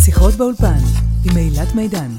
שיחות באולפן עם אילת מידן.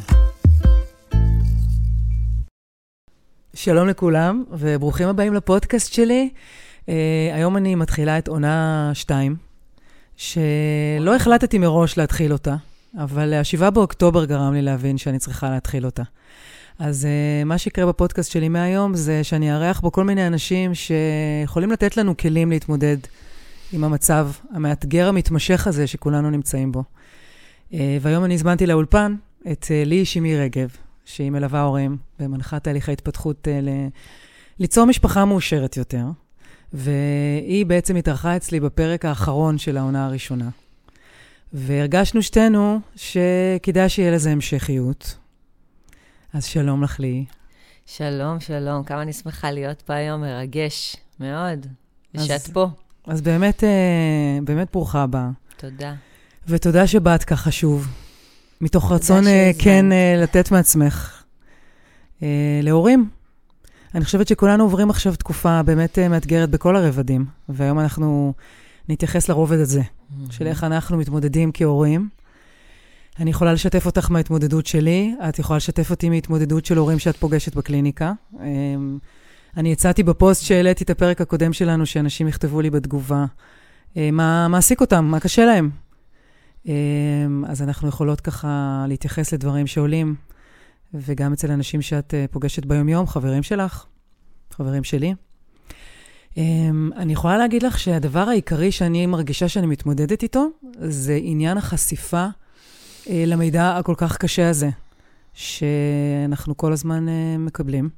שלום לכולם וברוכים הבאים לפודקאסט שלי. היום אני מתחילה את עונה 2, שלא החלטתי מראש להתחיל אותה, אבל 7 באוקטובר גרם לי להבין שאני צריכה להתחיל אותה. אז מה שיקרה בפודקאסט שלי מהיום זה שאני אארח בו כל מיני אנשים שיכולים לתת לנו כלים להתמודד עם המצב המאתגר המתמשך הזה שכולנו נמצאים בו. והיום אני הזמנתי לאולפן את לי שימי רגב, שהיא מלווה הורים במנחת תהליך ההתפתחות ליצור משפחה מאושרת יותר. והיא בעצם התארחה אצלי בפרק האחרון של העונה הראשונה. והרגשנו שתינו שכדאי שיהיה לזה המשכיות. אז שלום לך לי. שלום, שלום. כמה אני שמחה להיות פה היום, מרגש מאוד. ושאת פה. אז באמת ברוכה הבאה. תודה. ותודה שבאת ככה שוב. מתוך רצון כן לתת מעצמך. להורים. אני חושבת שכולנו עוברים עכשיו תקופה באמת מאתגרת בכל הרבדים. והיום אנחנו נתייחס לרובד הזה. של איך אנחנו מתמודדים כהורים. אני יכולה לשתף אותך מההתמודדות שלי. את יכולה לשתף אותי מהתמודדות של הורים שאת פוגשת בקליניקה. אני הצעתי בפוסט שהעליתי את הפרק הקודם שלנו, שאנשים יכתבו לי בתגובה. מה מעסיק אותם? מה קשה להם? אז אנחנו יכולות ככה להתייחס לדברים שעולים, וגם אצל אנשים שאת פוגשת ביום יום, חברים שלך, חברים שלי. אני יכולה להגיד לך שהדבר העיקרי שאני מרגישה שאני מתמודדת איתו, זה עניין החשיפה למידע הכל כך קשה הזה, שאנחנו כל הזמן מקבלים.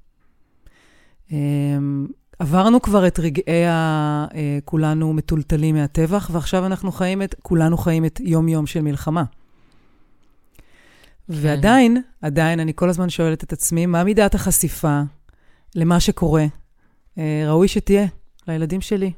עברנו כבר את רגעי כולנו מטולטלים מהטבח, ועכשיו כולנו חיים את יום-יום של מלחמה. ועדיין אני כל הזמן שואלת את עצמי, מה מידת החשיפה למה שקורה? ראוי שתהיה לילדים שלי,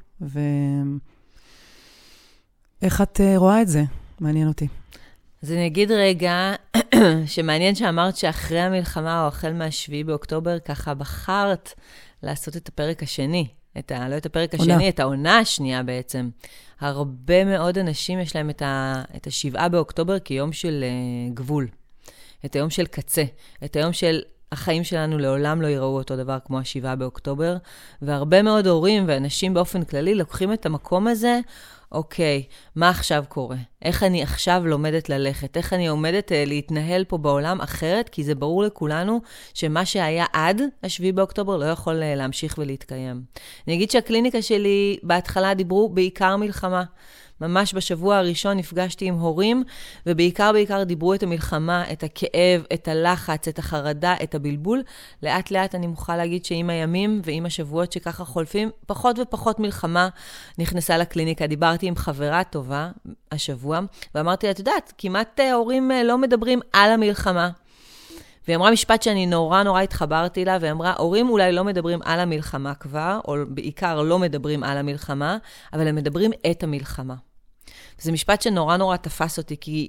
ואיך את רואה את זה? מעניין אותי. אז אני אגיד רגע, שמעניין שאמרת שאחרי המלחמה, או החל מה7 באוקטובר, ככה בחרת לעשות את הפרק השני. לא את הפרק השני, את העונה השנייה בעצם. הרבה מאוד אנשים יש להם את 7 באוקטובר כיום של גבול. את היום של קצה. את היום של החיים שלנו לעולם לא ייראו אותו דבר כמו 7 באוקטובר. והרבה מאוד הורים ואנשים באופן כללי לוקחים את המקום הזה, אוקיי, מה עכשיו קורה? איך אני עכשיו לומדת ללכת? איך אני עומדת להתנהל פה בעולם אחרת? כי זה ברור לכולנו שמה שהיה עד 7 באוקטובר לא יכול להמשיך ולהתקיים. אני אגיד שהקליניקה שלי בהתחלה דיברו בעיקר מלחמה. ממש בשבוע הראשון נפגשתי עם הורים, ובעיקר דיברו את המלחמה, את הכאב, את הלחץ, את החרדה, את הבלבול. לאט לאט אני מוכרחה להגיד שעם הימים ועם השבועות שככה חולפים, פחות ופחות מלחמה נכנסה לקליניקה. דיברתי עם חברה טובה השבוע, ואמרתי לה, את יודעת, כמעט הורים לא מדברים על המלחמה. והיא אמרה משפט שאני נורא התחברתי לה, והיא אמרה, הורים אולי לא מדברים על המלחמה כבר, או בעיקר לא מדברים על המלחמה, אבל הם מדברים את המלחמה. וזה משפט שנורא תפס אותי, כי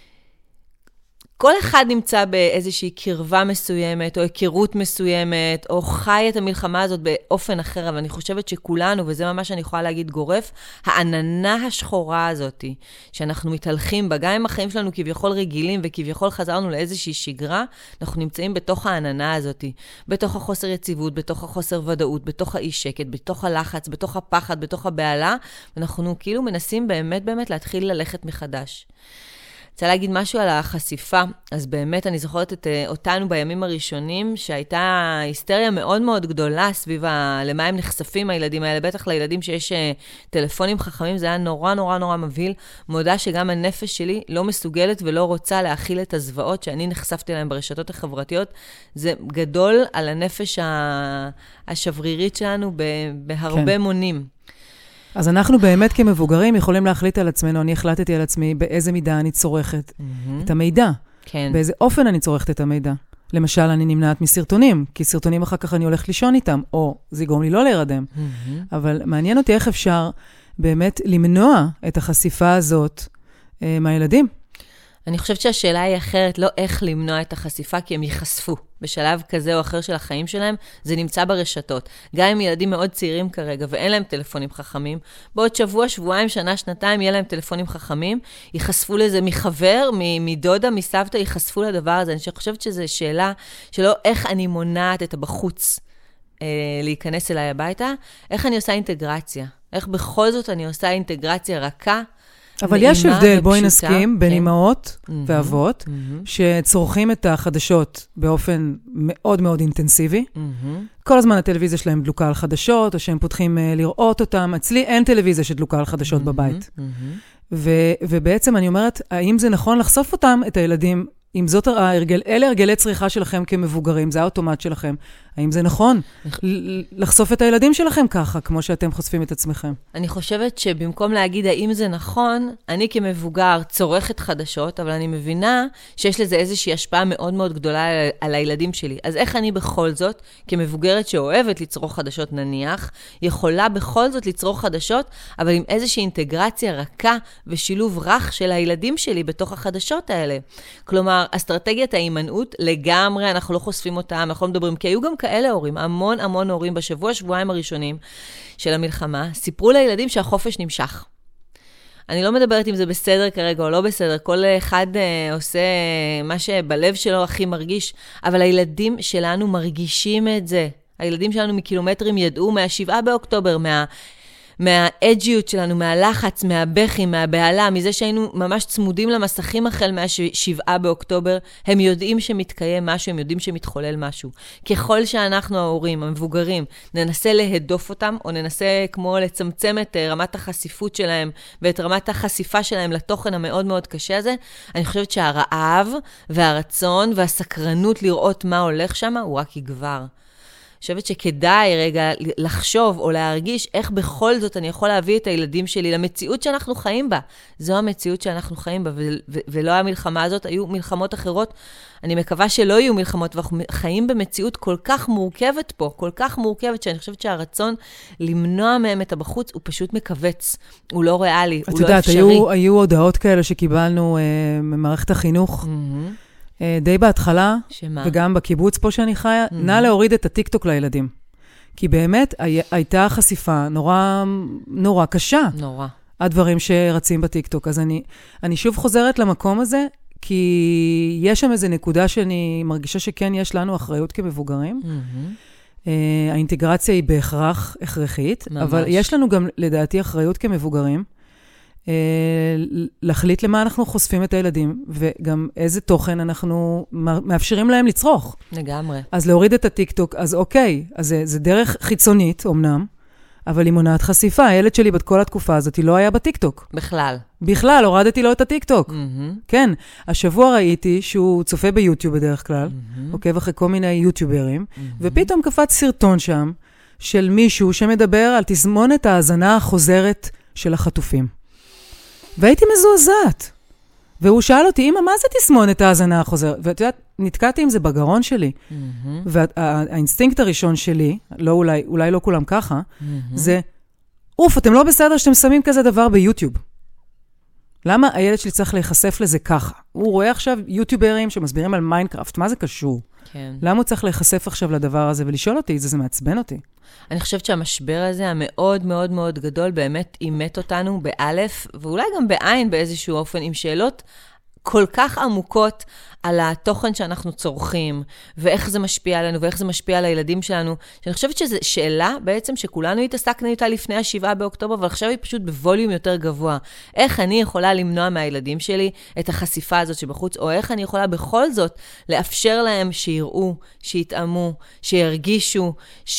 כל אחד נמצא באיזושהי קרבה מסוימת, או היכרות מסוימת, או חי את המלחמה הזאת באופן אחר, אבל אני חושבת שכולנו, וזה ממש אני יכולה להגיד גורף, העננה השחורה הזאת, שאנחנו מתהלכים בה, גם אם החיים שלנו כביכול רגילים, וכביכול חזרנו לאיזושהי שגרה, אנחנו נמצאים בתוך העננה הזאת, בתוך החוסר יציבות, בתוך החוסר ודאות, בתוך האי שקט, בתוך הלחץ, בתוך הפחד, בתוך הבעלה, ואנחנו כאילו מנסים באמת להתחיל ללכת מחדש. רוצה להגיד משהו על החשיפה, אז באמת אני זוכרת אותנו בימים הראשונים, שהייתה היסטריה מאוד גדולה סביב למה הם נחשפים הילדים האלה, בטח לילדים שיש טלפונים חכמים, זה היה נורא מבהיל, מודה שגם הנפש שלי לא מסוגלת ולא רוצה להכיל את הזוועות שאני נחשפתי להם ברשתות החברתיות, זה גדול על הנפש השברירית שלנו בהרבה מונים. אז אנחנו באמת כמבוגרים יכולים להחליט על עצמנו, אני החלטתי על עצמי באיזה מידה אני צורכת את המידע. כן. באיזה אופן אני צורכת את המידע. למשל, אני נמנעת מסרטונים, כי סרטונים אחר כך אני הולכת לישון איתם, או זה יגרום לי לא להירדם. אבל מעניין אותי איך אפשר באמת למנוע את החשיפה הזאת מהילדים. אני חושבת שהשאלה היא אחרת, לא איך למנוע את החשיפה, כי הם ייחשפו. בשלב כזה או אחר של החיים שלהם, זה נמצא ברשתות. גם אם ילדים מאוד צעירים כרגע, ואין להם טלפונים חכמים, בעוד שבוע, שבועיים, שנה, שנתיים, יהיה להם טלפונים חכמים, ייחשפו לזה מחבר, מדודה, מסבתא, ייחשפו לדבר הזה. אני חושבת שזו שאלה שלא איך אני מונעת את הבחוץ להיכנס אליי הביתה, איך אני עושה אינטגרציה. איך בכל זאת אני עושה אינטגרציה רכה, אבל יש הבדל, בואי נסכים, בין אמהות ואבות, שצורכים את החדשות באופן מאוד מאוד אינטנסיבי. כל הזמן הטלוויזיה שלהם דלוקה על חדשות, או שהם פותחים לראות אותם. אצלי אין טלוויזיה שדלוקה על חדשות בבית. ובעצם אני אומרת, האם זה נכון לחשוף אותם, את הילדים, אם זאת אלה הרגלי צריכה שלכם כמבוגרים, זה האוטומט שלכם. האם זה נכון לחשוף את הילדים שלכם ככה, כמו שאתם חושפים את עצמכם? אני חושבת שבמקום להגיד האם זה נכון, אני כמבוגר צורכת חדשות, אבל אני מבינה שיש לזה איזושהי השפעה מאוד מאוד גדולה על הילדים שלי. אז איך אני בכל זאת, כמבוגרת שאוהבת לצרוך חדשות נניח, יכולה בכל זאת לצרוך חדשות, אבל עם איזושהי אינטגרציה רכה ושילוב רך של הילדים שלי בתוך החדשות האלה. כלומר, אסטרטגיית ההימנעות לגמרי, אנחנו לא חושפים אותם, אנחנו לא מדברים, כי היו גם כאלה הורים, המון הורים בשבוע, שבועיים הראשונים של המלחמה, סיפרו לילדים שהחופש נמשך. אני לא מדברת אם זה בסדר כרגע או לא בסדר, כל אחד עושה מה שבלב שלו הכי מרגיש, אבל הילדים שלנו מרגישים את זה. הילדים שלנו מקילומטרים ידעו מה-7 באוקטובר, מהאג'יות שלנו, מהלחץ, מהבכי, מהבעלה, מזה שהיינו ממש צמודים למסכים החל מה-7 באוקטובר, הם יודעים שמתקיים משהו, הם יודעים שמתחולל משהו. ככל שאנחנו ההורים, המבוגרים, ננסה להדוף אותם, או ננסה כמו לצמצם את רמת החשיפות שלהם, ואת רמת החשיפה שלהם לתוכן המאוד מאוד קשה הזה, אני חושבת שהרעב והרצון והסקרנות לראות מה הולך שם, הוא רק יגבר. אני חושבת שכדאי רגע לחשוב או להרגיש איך בכל זאת אני יכול להביא את הילדים שלי למציאות שאנחנו חיים בה. זו המציאות שאנחנו חיים בה, ולא המלחמה הזאת, היו מלחמות אחרות. אני מקווה שלא יהיו מלחמות, ואנחנו חיים במציאות כל כך מורכבת פה, כל כך מורכבת, שאני חושבת שהרצון למנוע מהם את הבחוץ, הוא פשוט מקווץ, הוא לא ריאלי, הוא לא אפשרי. את יודעת, היו הודעות כאלה שקיבלנו ממערכת החינוך, די בהתחלה, וגם בקיבוץ פה שאני חיה, נא להוריד את הטיקטוק לילדים. כי באמת הייתה חשיפה נורא קשה. נורא. הדברים שרצים בטיקטוק. אז אני שוב חוזרת למקום הזה, כי יש שם איזו נקודה שאני מרגישה שכן יש לנו אחריות כמבוגרים. האינטגרציה היא בהכרח הכרחית, אבל יש לנו גם לדעתי אחריות כמבוגרים, להחליט למה אנחנו חושפים את הילדים, וגם איזה תוכן אנחנו מאפשרים להם לצרוך. לגמרי. אז להוריד את הטיקטוק, אז אוקיי, אז זה דרך חיצונית, אמנם, אבל היא מונעת חשיפה. הילד שלי בת כל התקופה הזאת, היא לא היה בטיקטוק. בכלל, הורדתי לו את הטיקטוק. כן, השבוע ראיתי שהוא צופה ביוטיוב בדרך כלל, עוקב אחרי כל מיני יוטיוברים, ופתאום קפץ סרטון שם, של מישהו שמדבר על תסמונת ההאזנה החוזרת של החטופים. והייתי מזועזעת. והוא שאל אותי, אמא, מה זה תסמונת ההאזנה החוזרת? ואת יודעת, נתקעתי עם זה בגרון שלי. והאינסטינקט הראשון שלי, אולי לא כולם ככה, זה, אתם לא בסדר שאתם שמים כזה דבר ביוטיוב. למה הילד שלי צריך להיחשף לזה ככה? הוא רואה עכשיו יוטיוברים שמסבירים על מיינקראפט, מה זה קשור? כן. למה הוא צריך להיחשף עכשיו לדבר הזה ולשאול אותי? זה מעצבן אותי. אני חושבת שהמשבר הזה המאוד מאוד מאוד גדול באמת אימת אותנו באלף, ואולי גם בעין באיזשהו אופן, עם שאלות כל כך עמוקות על התוכן שאנחנו צורכים, ואיך זה משפיע עלינו, ואיך זה משפיע על הילדים שלנו, שאני חושבת שזו שאלה בעצם שכולנו התעסקנו איתה לפני ה7 באוקטובר, אבל עכשיו היא פשוט בווליום יותר גבוה. איך אני יכולה למנוע מהילדים שלי את החשיפה הזאת שבחוץ, או איך אני יכולה בכל זאת לאפשר להם שיראו, שיתאמו, שירגישו,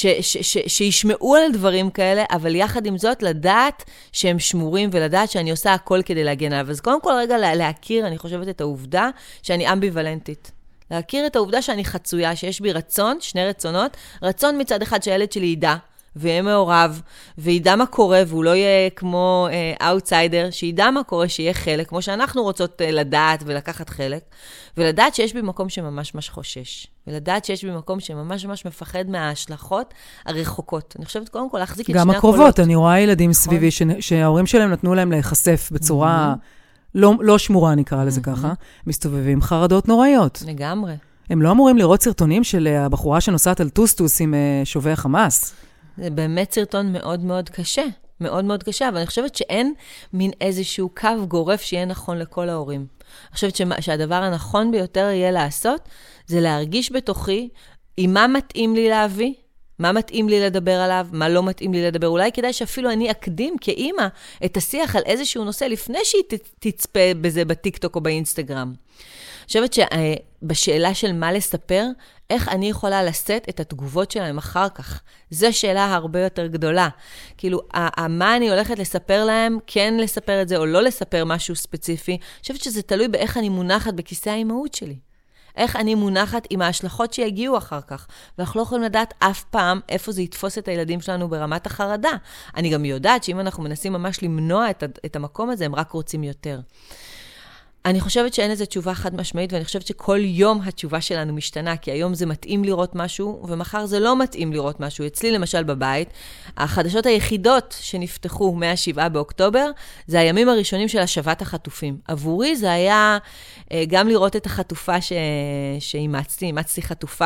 שישמעו על דברים כאלה, אבל יחד עם זאת לדעת שהם שמורים, ולדעת שאני עושה הכל כדי להגן עליו. אז קודם כל רגע להכיר, אני חושבת את העובדה שאני אמביוולנטית. להכיר את העובדה שאני חצויה, שיש בי רצון, שני רצונות, רצון מצד אחד שהילד שלי ידע, ויהיה מעורב, וידע מה קורה, והוא לא יהיה כמו אאוטסיידר, שידע מה קורה, שיהיה חלק, כמו שאנחנו רוצות לדעת ולקחת חלק, ולדעת שיש בי מקום שממש ממש חושש, ולדעת שיש בי מקום שממש ממש מפחד מההשלכות הרחוקות. אני חושבת קודם כל להחזיק את שני הקולות. גם הקרובות, אני רואה ילדים סביבי, שההורים שלהם נתנו להם להיחשף בצורה לא שמורה נקרא לזה ככה, מסתובבים חרדות נוראיות. לגמרי. הם לא אמורים לראות סרטונים של הבחורה שנוסעת על טוסטוס עם שובי החמאס. זה באמת סרטון מאוד מאוד קשה, מאוד מאוד קשה, אבל אני חושבת שאין מין איזשהו קו גורף שיהיה נכון לכל ההורים. אני חושבת שהדבר הנכון ביותר יהיה לעשות, זה להרגיש בתוכי עם מה מתאים לי להביא, מה מתאים לי לדבר עליו, מה לא מתאים לי לדבר. אולי כדאי שאפילו אני אקדים כאימא את השיח על איזשהו נושא לפני שהיא תצפה בזה בטיקטוק או באינסטגרם. אני חושבת שבשאלה של מה לספר, איך אני יכולה לשאת את התגובות שלהם אחר כך. זו שאלה הרבה יותר גדולה. כאילו, מה אני הולכת לספר להם, כן לספר את זה או לא לספר משהו ספציפי, אני חושבת שזה תלוי באיך אני מונחת בכיסא האימהות שלי. איך אני מונחת עם ההשלכות שיגיעו אחר כך. ואנחנו לא יכולים לדעת אף פעם איפה זה יתפוס את הילדים שלנו ברמת החרדה. אני גם יודעת שאם אנחנו מנסים ממש למנוע את המקום הזה, הם רק רוצים יותר. אני חושבת שאין איזו תשובה חד משמעית, ואני חושבת שכל יום התשובה שלנו משתנה, כי היום זה מתאים לראות משהו, ומחר זה לא מתאים לראות משהו. אצלי למשל בבית, החדשות היחידות שנפתחו מה-7 באוקטובר, זה הימים הראשונים של השבת החטופים. עבורי זה היה גם לראות את החטופה שאימצתי חטופה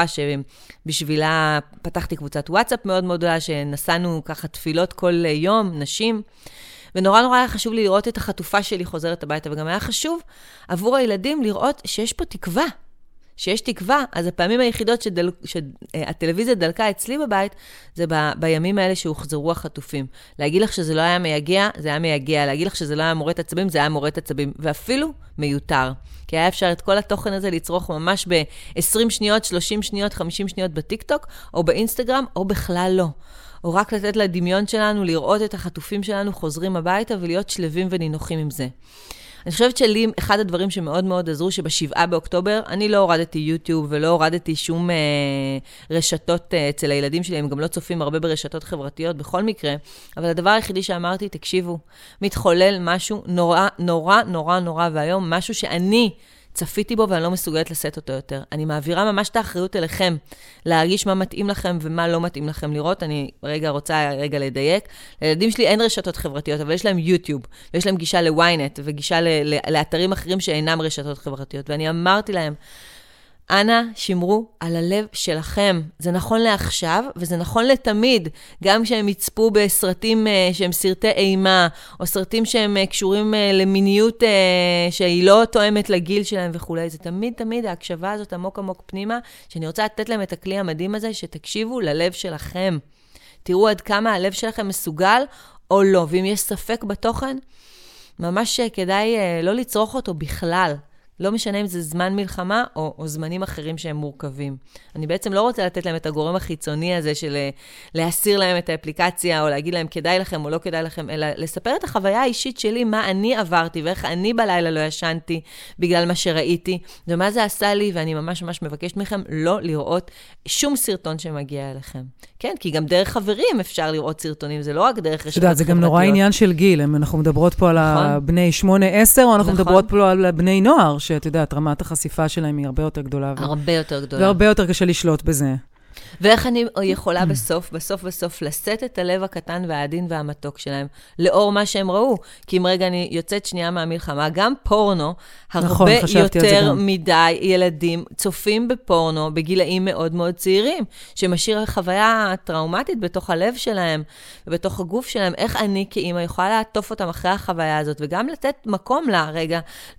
שבשבילה פתחתי קבוצת וואטסאפ מאוד מאוד גדולה, שנסענו ככה תפילות כל יום, נשים, ונורא נורא היה חשוב לי לראות את החטופה שלי חוזרת הביתה, וגם היה חשוב עבור הילדים לראות שיש פה תקווה. שיש תקווה, אז הפעמים היחידות שהטלוויזיה דלקה אצלי בבית, זה בימים האלה שהוחזרו החטופים. להגיד לך שזה לא היה מייגע, זה היה מייגע. להגיד לך שזה לא היה מורת עצבים, זה היה מורת עצבים. ואפילו מיותר. כי היה אפשר את כל התוכן הזה לצרוך ממש ב-20 שניות, 30 שניות, 50 שניות בטיקטוק, או באינסטגרם, או בכלל לא. או רק לתת לדמיון שלנו, לראות את החטופים שלנו חוזרים הביתה, ולהיות שלבים ונינוחים עם זה. אני חושבת שלי, אחד הדברים שמאוד מאוד עזרו, שב7 באוקטובר, אני לא הורדתי יוטיוב, ולא הורדתי שום רשתות אצל הילדים שלי, הם גם לא צופים הרבה ברשתות חברתיות, בכל מקרה, אבל הדבר היחידי שאמרתי, תקשיבו, מתחולל משהו נורא, נורא, נורא, נורא, והיום משהו שאני צפיתי בו ואני לא מסוגלת לשאת אותו יותר. אני מעבירה ממש את האחריות אליכם, להרגיש מה מתאים לכם ומה לא מתאים לכם לראות. אני רוצה לדייק. לילדים שלי אין רשתות חברתיות, אבל יש להם יוטיוב, ויש להם גישה לוויינט, וגישה לאתרים אחרים שאינם רשתות חברתיות. ואני אמרתי להם, אנא, שמרו על הלב שלכם. זה נכון לעכשיו, וזה נכון לתמיד. גם כשהם יצפו בסרטים שהם סרטי אימה, או סרטים שהם קשורים למיניות שהיא לא תואמת לגיל שלהם וכו'. זה תמיד ההקשבה הזאת עמוק עמוק פנימה, שאני רוצה לתת להם את הכלי המדהים הזה, שתקשיבו ללב שלכם. תראו עד כמה הלב שלכם מסוגל או לא. ואם יש ספק בתוכן, ממש כדאי לא לצרוך אותו בכלל. לא משנה אם זה זמן מלחמה או זמנים אחרים שהם מורכבים. אני בעצם לא רוצה לתת להם את הגורם החיצוני הזה של להסיר להם את האפליקציה, או להגיד להם כדאי לכם או לא כדאי לכם, אלא לספר את החוויה האישית שלי, מה אני עברתי ואיך אני בלילה לא ישנתי בגלל מה שראיתי, ומה זה עשה לי, ואני ממש ממש מבקשת מכם לא לראות שום סרטון שמגיע אליכם. כן, כי גם דרך חברים אפשר לראות סרטונים, זה לא רק דרך רשתות חברתיות. זה גם נורא עניין של גיל, אנחנו מדברות פה על הבני 8-10, או אנחנו מדברות פה על בני נוער, שאת יודעת, רמת החשיפה שלהם היא הרבה יותר גדולה. הרבה יותר גדולה. והרבה יותר קשה לשלוט בזה. ואיך אני יכולה בסוף לשאת את הלב הקטן והעדין והמתוק שלהם, לאור מה שהם ראו. כי אם רגע אני יוצאת שנייה מהמלחמה, גם פורנו, הרבה יותר מדי ילדים צופים בפורנו בגילאים מאוד מאוד צעירים, שמשאיר חוויה טראומטית בתוך הלב שלהם, ובתוך הגוף שלהם. איך אני כאמא יכולה לעטוף אותם אחרי החוויה הזאת, וגם לתת מקום לרגע,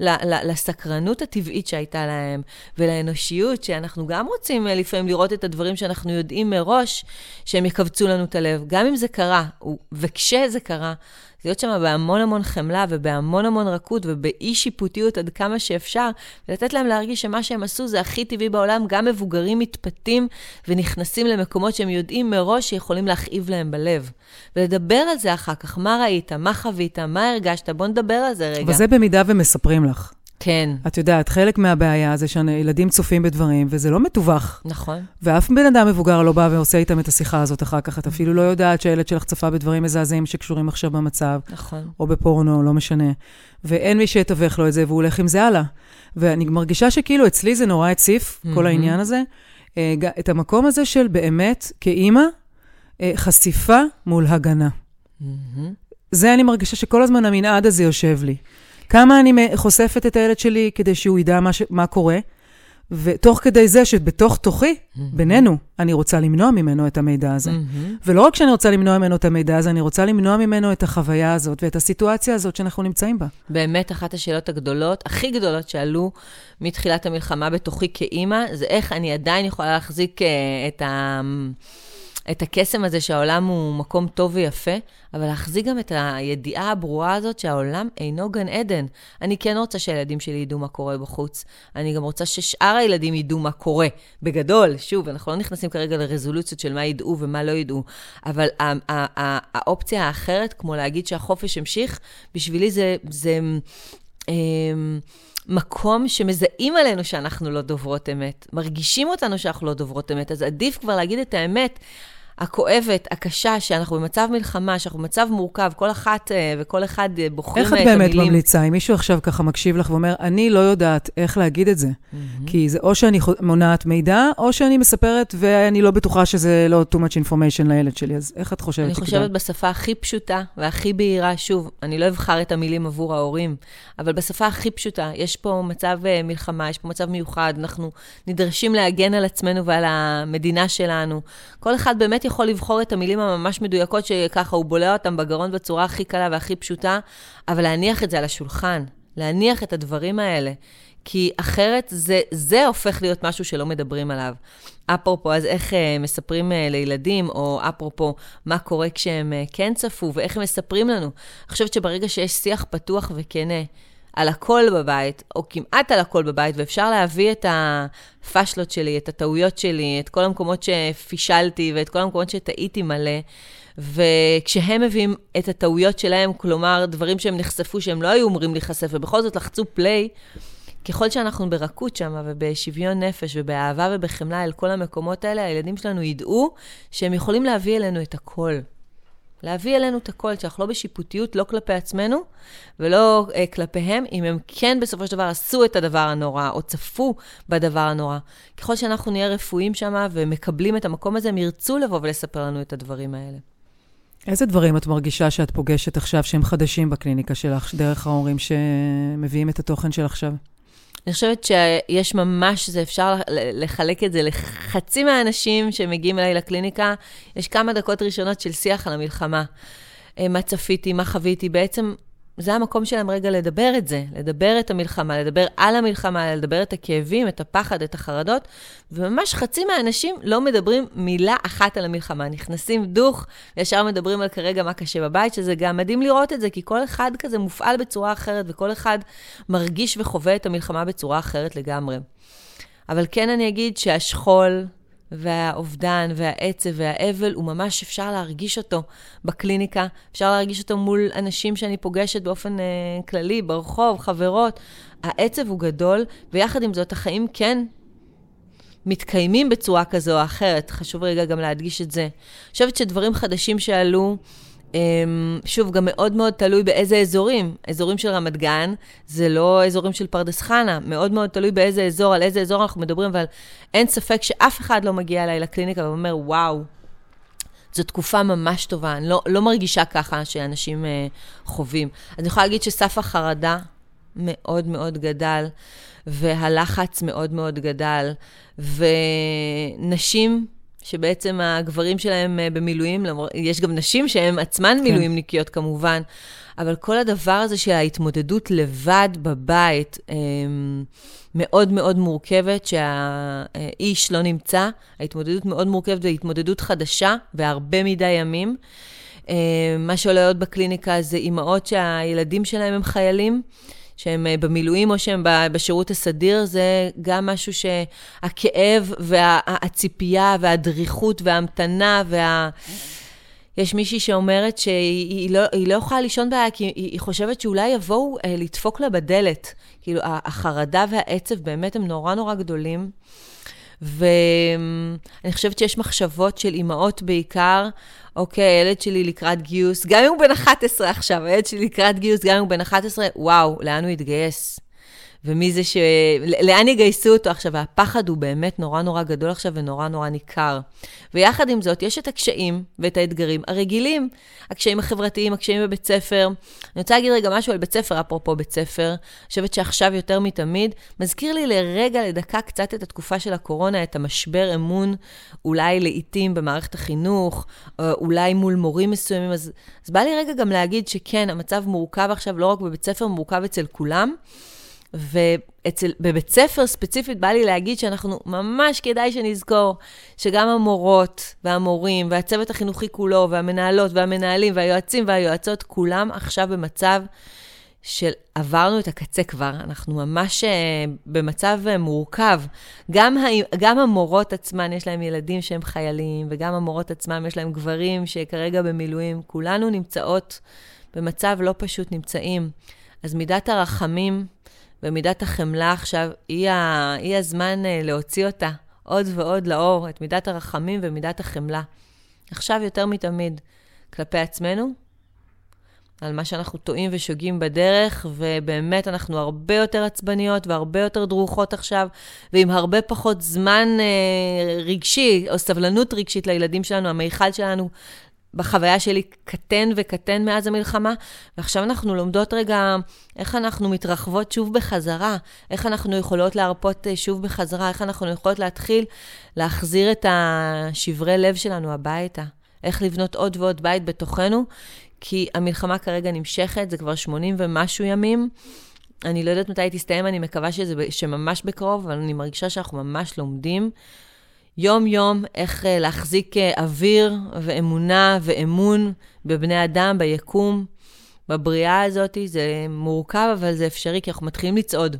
לסקרנות הטבעית שהייתה להם, ולאנושיות, שאנחנו גם רוצים לפעמים לראות את הדברים שאנחנו יודעים מראש שהם יקבצו לנו את הלב. גם אם זה קרה, וכשזה קרה, זה להיות שם בהמון המון חמלה ובהמון המון רכות ובאי שיפוטיות עד כמה שאפשר, ולתת להם להרגיש שמה שהם עשו זה הכי טבעי בעולם. גם מבוגרים מתפתים ונכנסים למקומות שהם יודעים מראש שיכולים להכאיב להם בלב. ולדבר על זה אחר כך, מה ראית, מה חווית, מה הרגשת, בוא נדבר על זה רגע. וזה במידה ומספרים לך. כן. את יודעת, חלק מהבעיה זה שילדים צופים בדברים, וזה לא מתווך. נכון. ואף בן אדם מבוגר לא בא ועושה איתם את השיחה הזאת אחר כך. את אפילו לא יודעת שהילד שלך צפה בדברים מזעזעים שקשורים עכשיו במצב. נכון. או בפורנו, לא משנה. ואין מי שיתווך לו את זה, והוא הולך עם זה הלאה. ואני מרגישה שכאילו אצלי זה נורא הציף, כל העניין הזה. את המקום הזה של באמת, כאימא, חשיפה מול הגנה. זה אני מרגישה שכל הזמן המנעד הזה יושב לי. כמה אני חושפת את הילד שלי כדי שהוא ידע מה קורה, ותוך כדי זה שבתוך תוכי, בינינו, אני רוצה למנוע ממנו את המידע הזה. ולא רק שאני רוצה למנוע ממנו את המידע הזה, אני רוצה למנוע ממנו את החוויה הזאת ואת הסיטואציה הזאת שאנחנו נמצאים בה. באמת, אחת השאלות הגדולות, הכי גדולות שעלו מתחילת המלחמה בתוכי כאימא, זה איך אני עדיין יכולה להחזיק את הקסם הזה שהעולם הוא מקום טוב ויפה, אבל להחזיק גם את הידיעה הברורה הזאת שהעולם אינו גן עדן. אני כן רוצה שהילדים שלי ידעו מה קורה בחוץ. אני גם רוצה ששאר הילדים ידעו מה קורה. בגדול, שוב, אנחנו לא נכנסים כרגע לרזולוציות של מה ידעו ומה לא ידעו, אבל האופציה האחרת, כמו להגיד שהחופש המשיך, בשבילי זה מקום שמזהים עלינו שאנחנו לא דוברות אמת. מרגישים אותנו שאנחנו לא דוברות אמת, אז עדיף כבר להגיד את האמת, הכואבת, הקשה, שאנחנו במצב מלחמה, שאנחנו במצב מורכב, כל אחת וכל אחד בוחרים את המילים. איך את באמת ממליצה? אם מישהו עכשיו ככה מקשיב לך ואומר, אני לא יודעת איך להגיד את זה, כי זה או שאני מונעת מידע, או שאני מספרת ואני לא בטוחה שזה לא too much information לילד שלי, אז איך את חושבת? אני חושבת בשפה הכי פשוטה והכי בהירה, שוב, אני לא אבחר את המילים עבור ההורים, אבל בשפה הכי פשוטה, יש פה מצב מלחמה, יש פה מצב מיוחד, אנחנו נדרשים להגן על עצמנו ועל המדינה שלנו. כל אחד באמת יכול לבחור את המילים הממש מדויקות שככה הוא בולע אותם בגרון בצורה הכי קלה והכי פשוטה, אבל להניח את זה על השולחן, להניח את הדברים האלה, כי אחרת זה הופך להיות משהו שלא מדברים עליו. אפרופו, אז איך מספרים לילדים, או אפרופו, מה קורה כשהם כן צפו, ואיך הם מספרים לנו. אני חושבת שברגע שיש שיח פתוח וכנה, על הכל בבית, או כמעט על הכל בבית, ואפשר להביא את הפשלות שלי, את הטעויות שלי, את כל המקומות שפישלתי, ואת כל המקומות שטעיתי מלא, וכשהם מביאים את הטעויות שלהם, כלומר, דברים שהם נחשפו, שהם לא היו אומרים להיחשף, ובכל זאת לחצו פליי, ככל שאנחנו ברכות שם, ובשוויון נפש, ובאהבה ובחמלה אל כל המקומות האלה, הילדים שלנו ידעו שהם יכולים להביא אלינו את הכל. להביא אלינו את הכל, שאנחנו לא בשיפוטיות, לא כלפי עצמנו, ולא כלפיהם, אם הם כן בסופו של דבר עשו את הדבר הנורא, או צפו בדבר הנורא. ככל שאנחנו נהיה רפואיים שם, ומקבלים את המקום הזה, הם ירצו לבוא ולספר לנו את הדברים האלה. איזה דברים את מרגישה שאת פוגשת עכשיו, שהם חדשים בקליניקה שלך, דרך ההורים שמביאים את התוכן של עכשיו? אני חושבת שיש ממש, זה אפשר לחלק את זה לחצי מהאנשים שמגיעים אליי לקליניקה, יש כמה דקות ראשונות של שיח על המלחמה. מה צפיתי, מה חוויתי, בעצם זה המקום שלהם רגע לדבר את זה, לדבר את המלחמה, לדבר על המלחמה, לדבר את הכאבים, את הפחד, את החרדות, וממש חצי מהאנשים לא מדברים מילה אחת על המלחמה, נכנסים דוך, וישר מדברים על כרגע מה קשה בבית, שזה גם מדהים לראות את זה, כי כל אחד כזה מופעל בצורה אחרת, וכל אחד מרגיש וחווה את המלחמה בצורה אחרת לגמרי. אבל כן אני אגיד שהשכול והאובדן והעצב והאבל, הוא ממש אפשר להרגיש אותו בקליניקה, אפשר להרגיש אותו מול אנשים שאני פוגשת באופן כללי, ברחוב, חברות. העצב הוא גדול, ויחד עם זאת החיים כן מתקיימים בצורה כזו או אחרת. חשוב רגע גם להדגיש את זה. אני חושבת שדברים חדשים שעלו, שוב, גם מאוד מאוד תלוי באיזה אזורים. אזורים של רמת גן, זה לא אזורים של פרדס חנה. מאוד מאוד תלוי באיזה אזור, על איזה אזור אנחנו מדברים, אבל אין ספק שאף אחד לא מגיע אליי לקליניקה ואומר, וואו, זו תקופה ממש טובה. אני לא מרגישה ככה שאנשים חווים. אז אני יכולה להגיד שסף החרדה מאוד מאוד גדל, והלחץ מאוד מאוד גדל, ונשים שבעצם הגברים שלהם במילואים, יש גם נשים שהן עצמן מילואים ניקיות כמובן, אבל כל הדבר הזה של ההתמודדות לבד בבית, מאוד מאוד מורכבת, שהאיש לא נמצא, ההתמודדות מאוד מורכבת והתמודדות חדשה, והרבה מדי ימים. מה שעולה עוד בקליניקה זה אימהות שהילדים שלהם הם חיילים, שהם במילואים או שהם בשירות הסדיר, זה גם משהו שהכאב והציפייה והדריכות וההמתנה יש מישהי שאומרת שהיא לא יכולה לישון בעיה, כי היא חושבת שאולי יבואו לדפוק לה בדלת. כאילו, החרדה והעצב באמת הם נורא נורא גדולים. ואני חושבת שיש מחשבות של אימהות בעיקר, אוקיי, הילד שלי לקראת גיוס, גם אם הוא בן 11 עכשיו, הילד שלי לקראת גיוס, גם אם הוא בן 11, וואו, לאן הוא יתגייס? ומי זה לאן יגייסו אותו עכשיו? הפחד הוא באמת נורא נורא גדול עכשיו ונורא נורא ניכר. ויחד עם זאת, יש את הקשיים ואת האתגרים הרגילים, הקשיים החברתיים, הקשיים בבית ספר. אני רוצה להגיד רגע משהו על בית ספר, אפרופו בית ספר. אני חושבת שעכשיו יותר מתמיד, מזכיר לי לרגע, לדקה קצת את התקופה של הקורונה, את המשבר אמון, אולי לעתים במערכת החינוך, אולי מול מורים מסוימים. אז בא לי רגע גם להגיד שכן, המצב מורכב עכשיו, לא רק בבית ספר, מורכב אצל כולם. ובבית ספר ספציפית בא לי להגיד שאנחנו ממש כדאי שנזכור שגם המורות והמורים והצוות החינוכי כולו והמנהלות והמנהלים והיועצים והיועצות כולם עכשיו במצב של עברנו את הקצה כבר, אנחנו ממש במצב מורכב. גם המורות עצמן יש להם ילדים שהם חיילים, וגם המורות עצמם יש להם גברים שכרגע במילואים, כולנו נמצאות במצב לא פשוט נמצאים. אז מידת הרחמים ומידת החמלה עכשיו היא הזמן להוציא אותה עוד ועוד לאור, את מידת הרחמים ומידת החמלה. עכשיו יותר מתמיד כלפי עצמנו, על מה שאנחנו טועים ושוגעים בדרך, ובאמת אנחנו הרבה יותר עצבניות והרבה יותר דרוכות עכשיו, ועם הרבה פחות זמן רגשי או סבלנות רגשית לילדים שלנו, המיכל שלנו, בחוויה שלי קטן וקטן מאז המלחמה, ועכשיו אנחנו לומדות רגע איך אנחנו מתרחבות שוב בחזרה, איך אנחנו יכולות להרפות שוב בחזרה, איך אנחנו יכולות להתחיל להחזיר את השברי לב שלנו הביתה, איך לבנות עוד ועוד בית בתוכנו, כי המלחמה כרגע נמשכת, זה כבר 80 ומשהו ימים, אני לא יודעת מתי היא תסתיים, אני מקווה שממש בקרוב, אבל אני מרגישה שאנחנו ממש לומדים, יום יום איך להחזיק אוויר ואמונה ואמון בבני אדם, ביקום, בבריאה הזאת. זה מורכב, אבל זה אפשרי, כי אנחנו מתחילים לצעוד.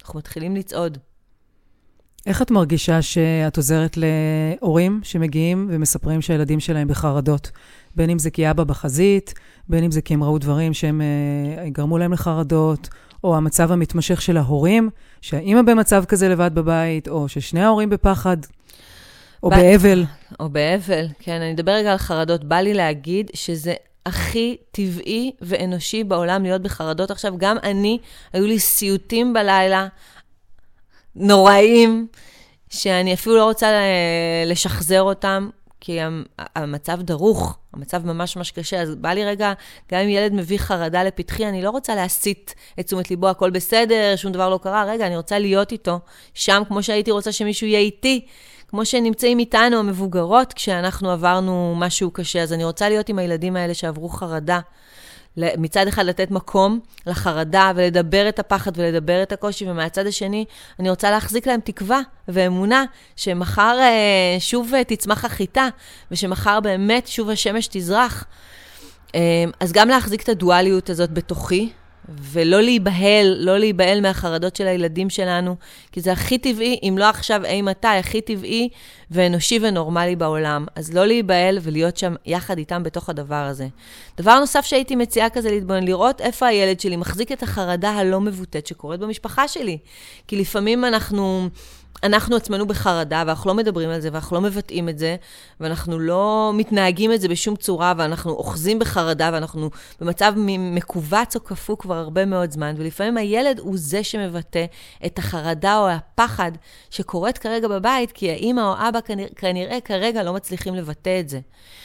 איך את מרגישה שאת עוזרת להורים שמגיעים ומספרים שהילדים שלהם בחרדות? בין אם זה כי אבא בחזית, בין אם זה כי הם ראו דברים שהם גרמו להם לחרדות, או המצב המתמשך של ההורים, שהאמא במצב כזה לבד בבית, או ששני ההורים בפחד. או באבל. או באבל, כן. אני אדבר רגע על חרדות. בא לי להגיד שזה הכי טבעי ואנושי בעולם להיות בחרדות. עכשיו, גם אני, היו לי סיוטים בלילה, נוראים, שאני אפילו לא רוצה לשחזר אותם, כי המצב דרוך, המצב ממש ממש קשה. אז בא לי רגע, גם אם ילד מביא חרדה לפתחי, אני לא רוצה להסיט את תשומת ליבו, הכל בסדר, שום דבר לא קרה. רגע, אני רוצה להיות איתו שם, כמו שהייתי רוצה שמישהו יהיה איתי, כמו שנמצאים איתנו המבוגרות כשאנחנו עברנו משהו קשה. אז אני רוצה להיות עם הילדים האלה שעברו חרדה. מצד אחד לתת מקום לחרדה ולדבר את הפחד ולדבר את הקושי, ומהצד השני אני רוצה להחזיק להם תקווה ואמונה שמחר שוב תצמח החיטה, ושמחר באמת שוב השמש תזרח. אז גם להחזיק את הדואליות הזאת בתוכי, ולא להיבהל מהחרדות של הילדים שלנו, כי זה הכי טבעי, אם לא עכשיו אי מתי, הכי טבעי ואנושי ונורמלי בעולם. אז לא להיבהל ולהיות שם יחד איתם בתוך הדבר הזה. דבר נוסף שהייתי מציעה כזה להתבונן, לראות איפה הילד שלי מחזיק את החרדה הלא מבוטאת שקורית במשפחה שלי. כי לפעמים אנחנו עצמנו בחרדה, ואנחנו לא מדברים על זה, ואנחנו לא מבטאים את זה, ואנחנו לא מתנהגים את זה בשום צורה, ואנחנו אוחזים בחרדה, ואנחנו במצב מקובץ או כפו כבר הרבה מאוד זמן, ולפעמים הילד הוא זה שמבטא את החרדה או הפחד שקורית כרגע בבית, כי האמא או אבא כנראה כרגע לא מצליחים לבטא את זה.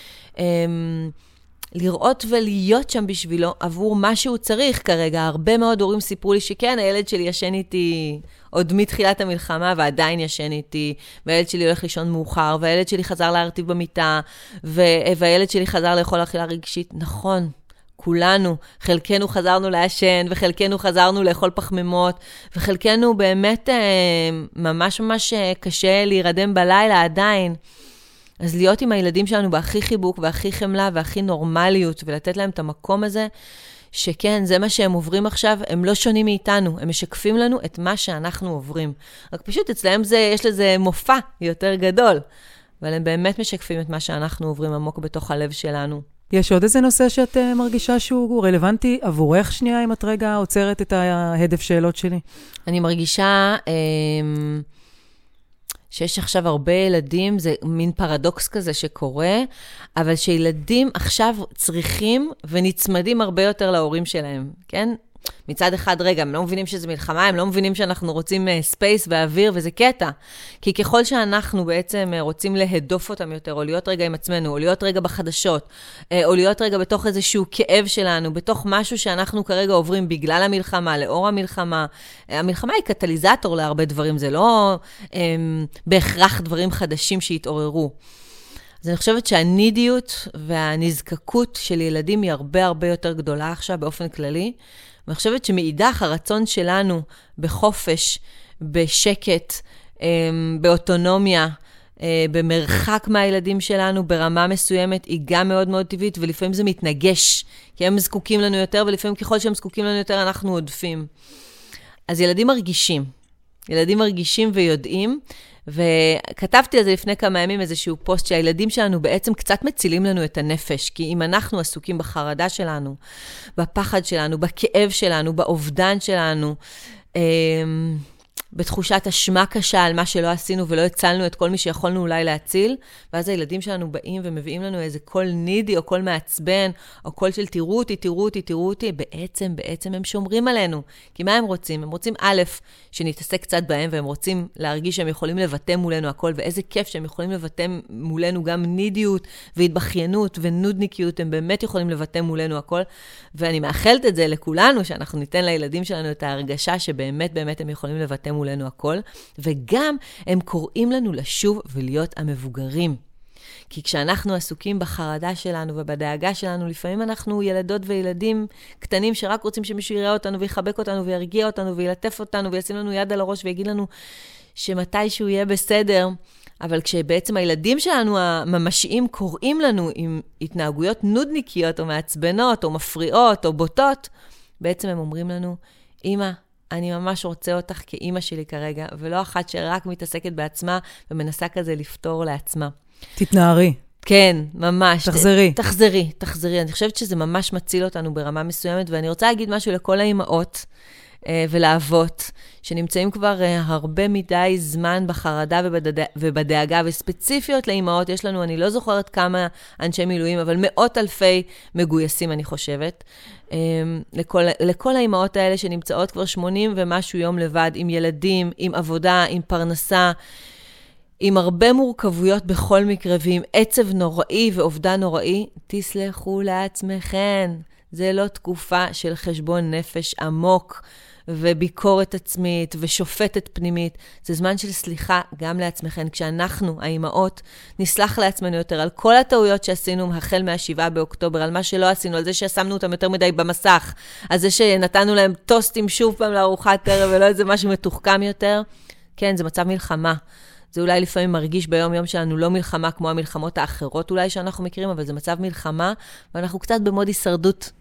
לראות ולהיות שם בשבילו עבור מה שהוא צריך כרגע. הרבה מאוד הורים סיפרו לי שכן, הילד שלי ישן איתי עוד מתחילת המלחמה ועדיין ישן איתי, והילד שלי הולך לישון מאוחר, והילד שלי חזר להרטיב במיטה, והילד שלי חזר לאכול אכילה רגשית. נכון, כולנו, חלקנו חזרנו לעשן, וחלקנו חזרנו לאכול פחמימות, וחלקנו באמת ממש ממש קשה להירדם בלילה עדיין. אז להיות עם הילדים שלנו בהכי חיבוק והכי חמלה והכי נורמליות, ולתת להם את המקום הזה, שכן, זה מה שהם עוברים עכשיו, הם לא שונים מאיתנו, הם משקפים לנו את מה שאנחנו עוברים. רק פשוט אצלהם יש לזה מופע יותר גדול, אבל הם באמת משקפים את מה שאנחנו עוברים עמוק בתוך הלב שלנו. יש עוד איזה נושא שאת מרגישה שהוא רלוונטי עבורך שנייה, אם את רגע עוצרת את ההדף שאלות שלי? אני מרגישה שיש עכשיו הרבה ילדים, זה מין פרדוקס כזה שקורה, אבל שילדים עכשיו צריכים ונצמדים הרבה יותר להורים שלהם, כן? מצד אחד, רגע, הם לא מבינים שזה מלחמה, הם לא מבינים שאנחנו רוצים ספייס ואוויר, וזה קטע. כי ככל שאנחנו בעצם רוצים להדוף אותם יותר, או להיות רגע עם עצמנו, או להיות רגע בחדשות, או להיות רגע בתוך איזשהו כאב שלנו, בתוך משהו שאנחנו כרגע עוברים בגלל המלחמה, לאור המלחמה. המלחמה היא קטליזטור להרבה דברים, זה לא בהכרח דברים חדשים שהתעוררו. אז אני חושבת שהנידיות והנזקקות של ילדים היא הרבה הרבה יותר גדולה עכשיו באופן כללי. ואני חושבת שמאידך הרצון שלנו בחופש, בשקט, באוטונומיה, במרחק מהילדים שלנו, ברמה מסוימת, היא גם מאוד מאוד טבעית, ולפעמים זה מתנגש, כי הם זקוקים לנו יותר, ולפעמים ככל שהם זקוקים לנו יותר, אנחנו עודפים. אז ילדים מרגישים ויודעים, וכתבתי על זה לפני כמה ימים איזשהו פוסט שהילדים שלנו בעצם קצת מצילים לנו את הנפש, כי אם אנחנו עסוקים בחרדה שלנו, בפחד שלנו, בכאב שלנו, באובדן שלנו, בתחושת אשמה קשה על מה שלא עשינו ולא הצלנו את כל מי שיכולנו אולי להציל, ואז הילדים שלנו באים ומביאים לנו איזה קול נידי או קול מעצבן, או קול של תראו אותי, תראו אותי, תראו אותי, בעצם הם שומרים עלינו. כי מה הם רוצים? הם רוצים א', שנתעסק קצת בהם, והם רוצים להרגיש שהם יכולים לבטא מולנו הכל, ואיזה כיף שהם יכולים לבטא מולנו גם נידיות והתבחיינות ונודניקיות, הם באמת יכולים לבטא מולנו הכל, ואני מאחלת את זה לכולנו, שאנחנו ניתן לילדים שלנו את ההרגשה שבאמת באמת הם יכולים לבטא מולנו הכל, וגם הם קוראים לנו לשוב ולהיות המבוגרים. כי כשאנחנו עסוקים בחרדה שלנו ובדאגה שלנו, לפעמים אנחנו ילדות וילדים קטנים שרק רוצים שמישהו יראה אותנו ויחבק אותנו וירגיע אותנו וילטף אותנו וישים לנו יד על הראש ויגיד לנו שמתישהו יהיה בסדר. אבל כשבעצם הילדים שלנו הממשיים קוראים לנו עם התנהגויות נודניקיות או מעצבנות או מפריעות או בוטות, בעצם הם אומרים לנו, אמא, אני ממש רוצה אותך כאמא שלי כרגע, ולא אחת שרק מתעסקת בעצמה ומנסה כזה לפתור לעצמה. תתנערי. כן, ממש. תחזרי. אני חושבת שזה ממש מציל אותנו ברמה מסוימת, ואני רוצה להגיד משהו לכל האימהות ולאבות, שנמצאים כבר הרבה מדי זמן בחרדה ובדאגה, וספציפיות לאימהות, יש לנו, אני לא זוכרת כמה אנשי מילואים, אבל מאות אלפי מגויסים, אני חושבת. לכל האימהות האלה שנמצאות כבר 80 ומשהו יום לבד, עם ילדים, עם עבודה, עם פרנסה, עם הרבה מורכבויות בכל מקרה, ועם עצב נוראי ואובדן נוראי, תסלחו לעצמכם. זה לא תקופה של חשבון נפש עמוק, וביקורת עצמית, ושופטת פנימית. זה זמן של סליחה גם לעצמכם. כשאנחנו, האימהות, נסלח לעצמנו יותר על כל הטעויות שעשינו החל מה7 באוקטובר, על מה שלא עשינו, על זה ששמנו אותם יותר מדי במסך, על זה שנתנו להם טוסטים שוב פעם לארוחת ערב, ולא איזה משהו מתוחכם יותר. כן, זה מצב מלחמה. זה אולי לפעמים מרגיש ביום יום שלנו לא מלחמה כמו המלחמות האחרות אולי שאנחנו מכירים, אבל זה מצב מלחמה, ואנחנו קצת במוד הישרדות.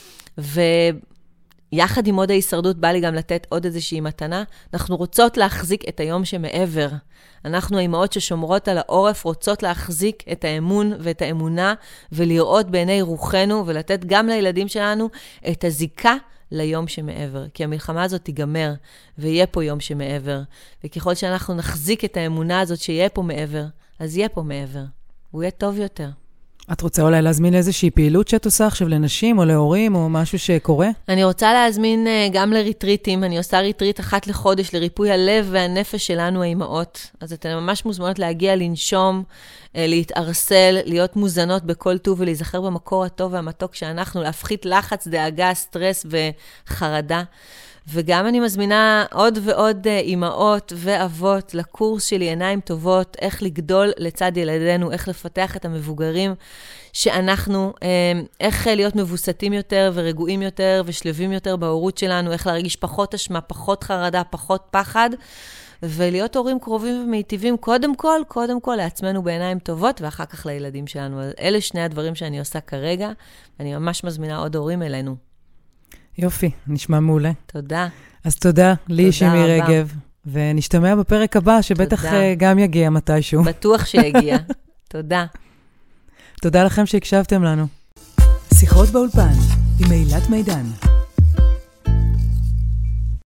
ויחד עם מוד ההישרדות בא לי גם לתת עוד איזושהי מתנה. אנחנו רוצות להחזיק את היום שמעבר. אנחנו האימהות ששומרות על העורף רוצות להחזיק את האמון ואת האמונה, ולראות בעיני רוחנו, ולתת גם לילדים שלנו את הזיקה ליום שמעבר, כי המלחמה הזאת תיגמר, ויהיה פה יום שמעבר, וככל שאנחנו נחזיק את האמונה הזאת שיהיה פה מעבר, אז יהיה פה מעבר, הוא יהיה טוב יותר. את רוצה אולי להזמין איזושהי פעילות שאת עושה עכשיו לנשים או להורים או משהו שקורה? אני רוצה להזמין גם לריטריטים, אני עושה ריטריט אחת לחודש לריפוי הלב והנפש שלנו האימהות, אז אתן ממש מוזמנות להגיע, לנשום, להתארסל, להיות מוזנות בכל טוב ולהיזכר במקור הטוב והמתוק שאנחנו, להפחית לחץ, דאגה, סטרס וחרדה. וגם אני מזמינה עוד ועוד אימהות ואבות לקורס שלי עיניים טובות, איך לגדול לצד ילדינו, איך לפתח את המבוגרים שאנחנו, איך להיות מבוסתים יותר ורגועים יותר ושלבים יותר בהורות שלנו, איך להרגיש פחות אשמה, פחות חרדה, פחות פחד, ולהיות הורים קרובים ומיטיבים קודם כל לעצמנו בעיניים טובות, ואחר כך לילדים שלנו. אלה שני הדברים שאני עושה כרגע, ואני ממש מזמינה עוד הורים אלינו. יופי, נשמע מעולה. תודה. אז תודה לי, שימי רגב, ונשתמע בפרק הבא, שבטח גם יגיע מתישהו. בטוח שיגיע. תודה. תודה לכם שהקשבתם לנו. שיחות באולפן עם אילת מידן.